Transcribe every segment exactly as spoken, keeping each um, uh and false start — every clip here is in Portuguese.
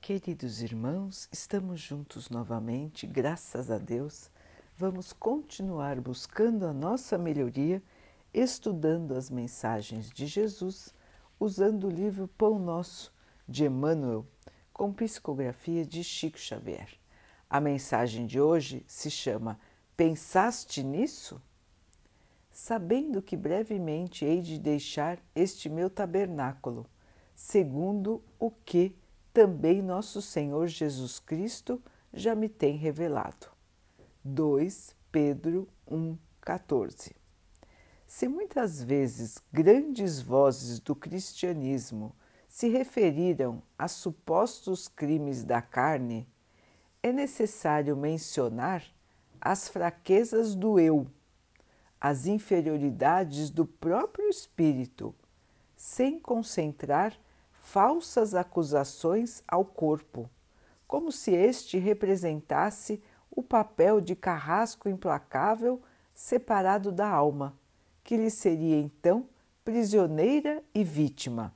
Queridos irmãos, estamos juntos novamente, graças a Deus. Vamos continuar buscando a nossa melhoria, estudando as mensagens de Jesus, usando o livro Pão Nosso, de Emmanuel, com psicografia de Chico Xavier. A mensagem de hoje se chama Pensaste nisso? Sabendo que brevemente hei de deixar este meu tabernáculo, segundo o que também nosso Senhor Jesus Cristo já me tem revelado. dois Pedro um, quatorze. Se muitas vezes grandes vozes do cristianismo se referiram a supostos crimes da carne, é necessário mencionar as fraquezas do eu, as inferioridades do próprio espírito, sem concentrar falsas acusações ao corpo, como se este representasse o papel de carrasco implacável separado da alma, que lhe seria então prisioneira e vítima.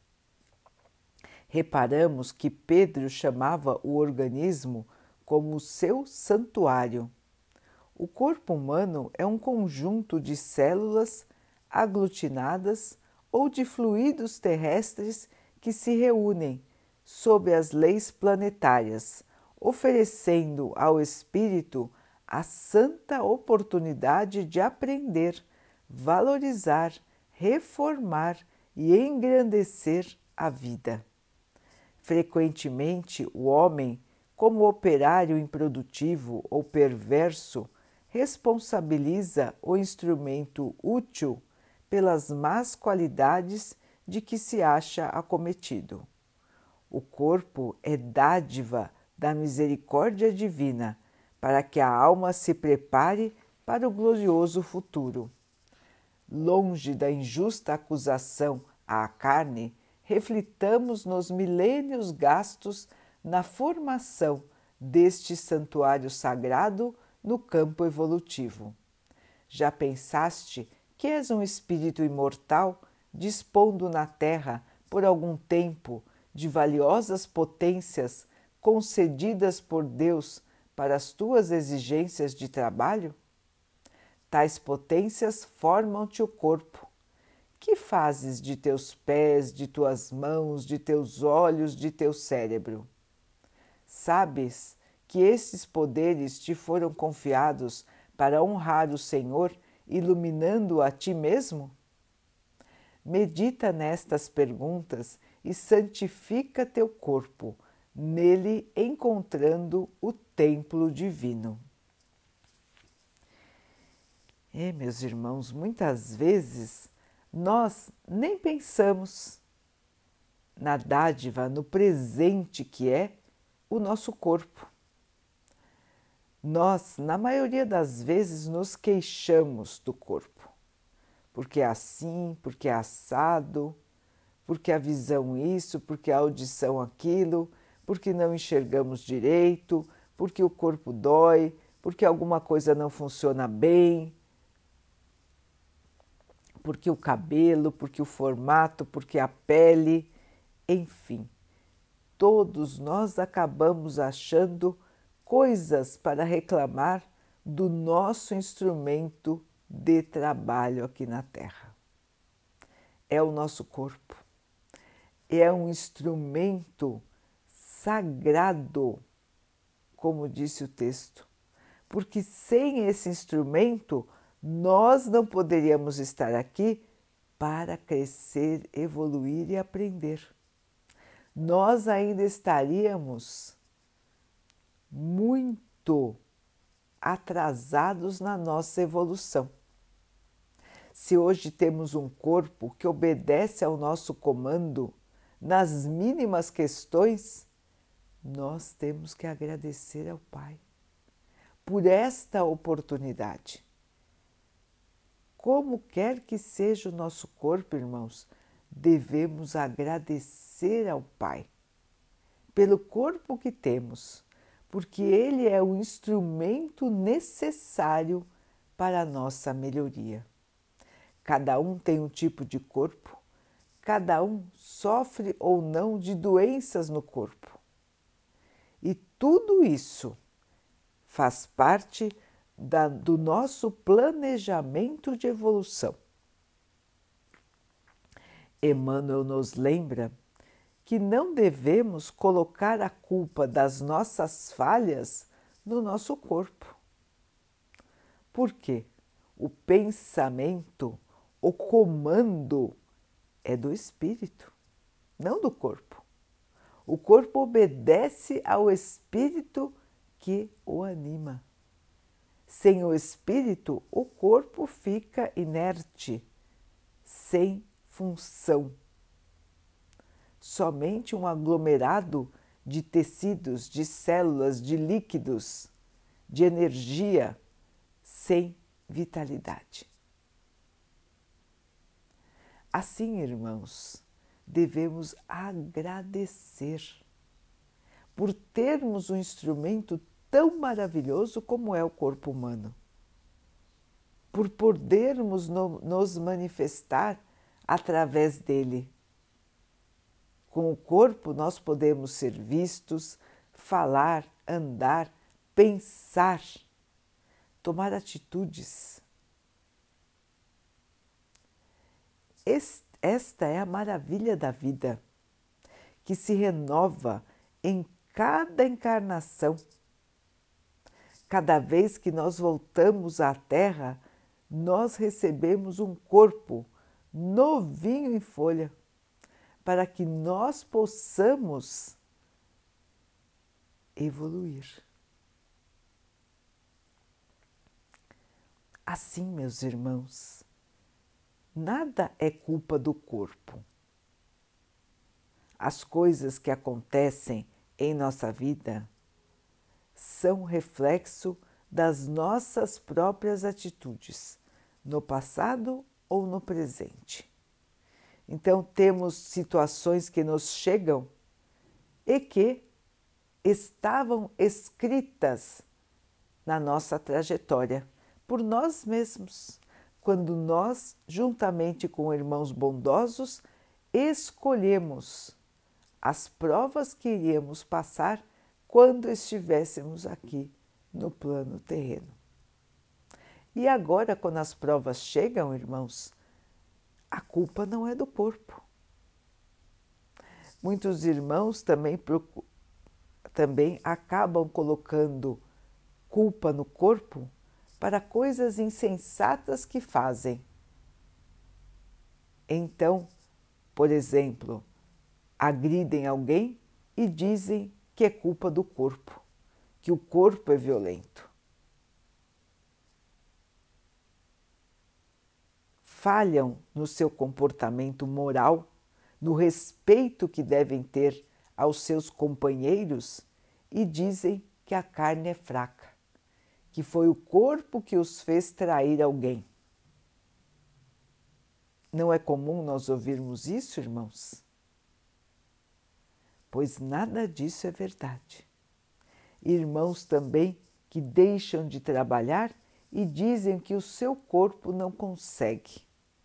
Reparamos que Pedro chamava o organismo como seu santuário. O corpo humano é um conjunto de células aglutinadas ou de fluidos terrestres que se reúnem sob as leis planetárias, oferecendo ao espírito a santa oportunidade de aprender, valorizar, reformar e engrandecer a vida. Frequentemente, o homem, como operário improdutivo ou perverso, responsabiliza o instrumento útil pelas más qualidades de que se acha acometido. O corpo é dádiva da misericórdia divina para que a alma se prepare para o glorioso futuro. Longe da injusta acusação à carne, reflitamos nos milênios gastos na formação deste santuário sagrado no campo evolutivo. Já pensaste que és um espírito imortal, dispondo na Terra, por algum tempo, de valiosas potências concedidas por Deus para as tuas exigências de trabalho? Tais potências formam-te o corpo. Que fazes de teus pés, de tuas mãos, de teus olhos, de teu cérebro? Sabes que esses poderes te foram confiados para honrar o Senhor, iluminando a ti mesmo? Medita nestas perguntas e santifica teu corpo, nele encontrando o templo divino. É, meus irmãos, muitas vezes nós nem pensamos na dádiva, no presente que é o nosso corpo. Nós, na maioria das vezes, nos queixamos do corpo, porque é assim, porque é assado, porque a visão isso, porque a audição aquilo, porque não enxergamos direito, porque o corpo dói, porque alguma coisa não funciona bem, porque o cabelo, porque o formato, porque a pele, enfim. Todos nós acabamos achando coisas para reclamar do nosso instrumento de trabalho aqui na Terra. É o nosso corpo. É um instrumento sagrado, como disse o texto, porque sem esse instrumento nós não poderíamos estar aqui para crescer, evoluir e aprender. Nós ainda estaríamos muito atrasados na nossa evolução. Se hoje temos um corpo que obedece ao nosso comando nas mínimas questões, nós temos que agradecer ao Pai por esta oportunidade. Como quer que seja o nosso corpo, irmãos, devemos agradecer ao Pai pelo corpo que temos, porque ele é o instrumento necessário para a nossa melhoria. Cada um tem um tipo de corpo, cada um sofre ou não de doenças no corpo. E tudo isso faz parte da, do nosso planejamento de evolução. Emmanuel nos lembra que não devemos colocar a culpa das nossas falhas no nosso corpo. Por quê? O pensamento, o comando é do espírito, não do corpo. O corpo obedece ao espírito que o anima. Sem o espírito, o corpo fica inerte, sem função. Somente um aglomerado de tecidos, de células, de líquidos, de energia, sem vitalidade. Assim, irmãos, devemos agradecer por termos um instrumento tão maravilhoso como é o corpo humano, por podermos no, nos manifestar através dele. Com o corpo nós podemos ser vistos, falar, andar, pensar, tomar atitudes. Esta é a maravilha da vida, que se renova em cada encarnação. Cada vez que nós voltamos à Terra, nós recebemos um corpo novinho em folha, para que nós possamos evoluir. Assim, meus irmãos, nada é culpa do corpo. As coisas que acontecem em nossa vida são reflexo das nossas próprias atitudes, no passado ou no presente. Então, temos situações que nos chegam e que estavam escritas na nossa trajetória por nós mesmos, quando nós, juntamente com irmãos bondosos, escolhemos as provas que iríamos passar quando estivéssemos aqui no plano terreno. E agora, quando as provas chegam, irmãos, a culpa não é do corpo. Muitos irmãos também, também acabam colocando culpa no corpo para coisas insensatas que fazem. Então, por exemplo, agridem alguém e dizem que é culpa do corpo, que o corpo é violento. Falham no seu comportamento moral, no respeito que devem ter aos seus companheiros e dizem que a carne é fraca, que foi o corpo que os fez trair alguém. Não é comum nós ouvirmos isso, irmãos? Pois nada disso é verdade. Irmãos também que deixam de trabalhar e dizem que o seu corpo não consegue.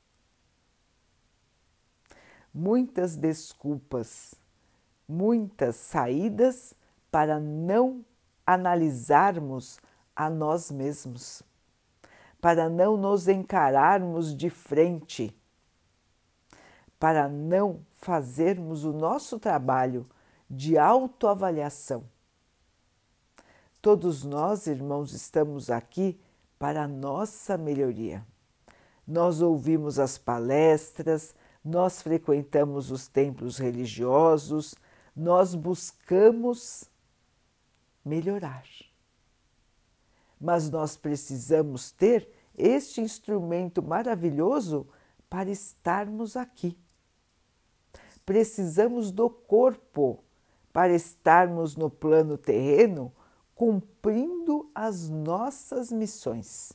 Muitas desculpas, muitas saídas para não analisarmos a nós mesmos, para não nos encararmos de frente, para não fazermos o nosso trabalho de autoavaliação. Todos nós, irmãos, estamos aqui para a nossa melhoria. Nós ouvimos as palestras, nós frequentamos os templos religiosos, nós buscamos melhorar. Mas nós precisamos ter este instrumento maravilhoso para estarmos aqui. Precisamos do corpo para estarmos no plano terreno cumprindo as nossas missões.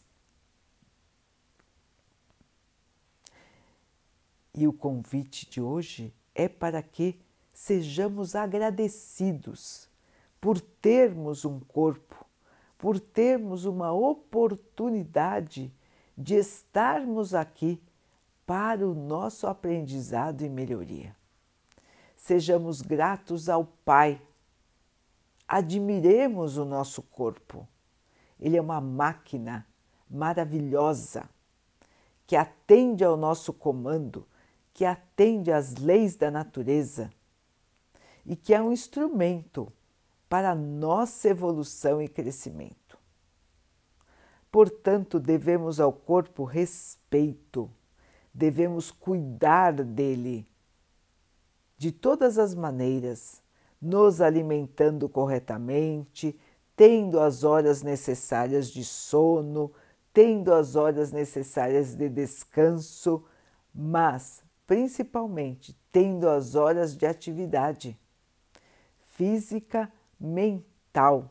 E o convite de hoje é para que sejamos agradecidos por termos um corpo, por termos uma oportunidade de estarmos aqui para o nosso aprendizado e melhoria. Sejamos gratos ao Pai, Admiremos o nosso corpo. Ele é uma máquina maravilhosa que atende ao nosso comando, que atende às leis da natureza e que é um instrumento para a nossa evolução e crescimento. Portanto, devemos ao corpo respeito, devemos cuidar dele de todas as maneiras, nos alimentando corretamente, tendo as horas necessárias de sono, tendo as horas necessárias de descanso, mas principalmente tendo as horas de atividade física, mental.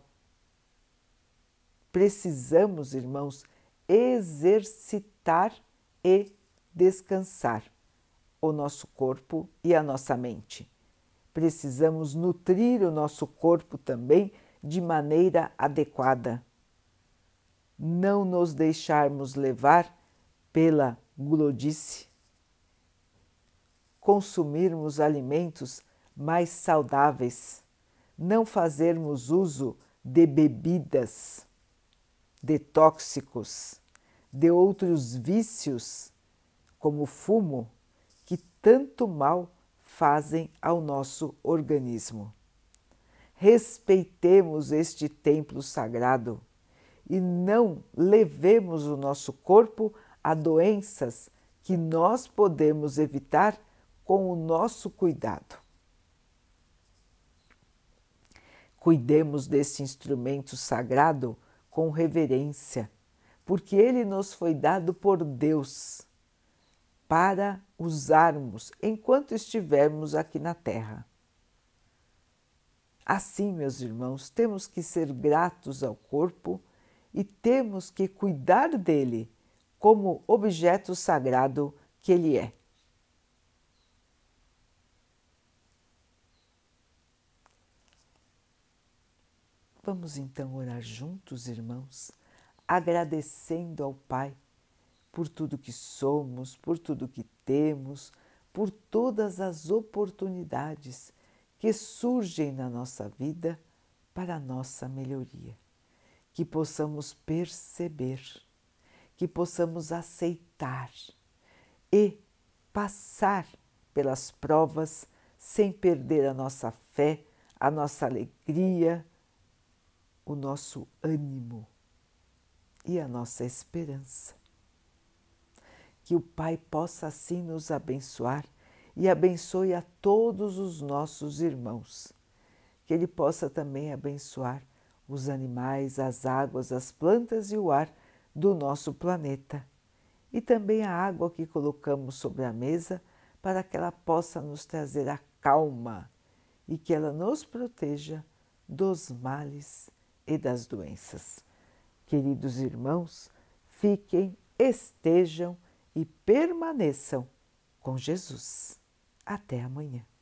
Precisamos, irmãos, exercitar e descansar o nosso corpo e a nossa mente. Precisamos nutrir o nosso corpo também de maneira adequada. Não nos deixarmos levar pela gulodice. Consumirmos alimentos mais saudáveis. Não fazermos uso de bebidas, de tóxicos, de outros vícios, como o fumo, que tanto mal fazem ao nosso organismo. Respeitemos este templo sagrado e não levemos o nosso corpo a doenças que nós podemos evitar com o nosso cuidado. Cuidemos desse instrumento sagrado com reverência, porque ele nos foi dado por Deus para usarmos enquanto estivermos aqui na Terra. Assim, meus irmãos, temos que ser gratos ao corpo e temos que cuidar dele como objeto sagrado que ele é. Vamos então orar juntos, irmãos, agradecendo ao Pai por tudo que somos, por tudo que temos, por todas as oportunidades que surgem na nossa vida para a nossa melhoria. Que possamos perceber, que possamos aceitar e passar pelas provas sem perder a nossa fé, a nossa alegria, o nosso ânimo e a nossa esperança. Que o Pai possa assim nos abençoar e abençoe a todos os nossos irmãos. Que Ele possa também abençoar os animais, as águas, as plantas e o ar do nosso planeta. E também a água que colocamos sobre a mesa para que ela possa nos trazer a calma e que ela nos proteja dos males e das doenças. Queridos irmãos, fiquem, estejam e permaneçam com Jesus. Até amanhã.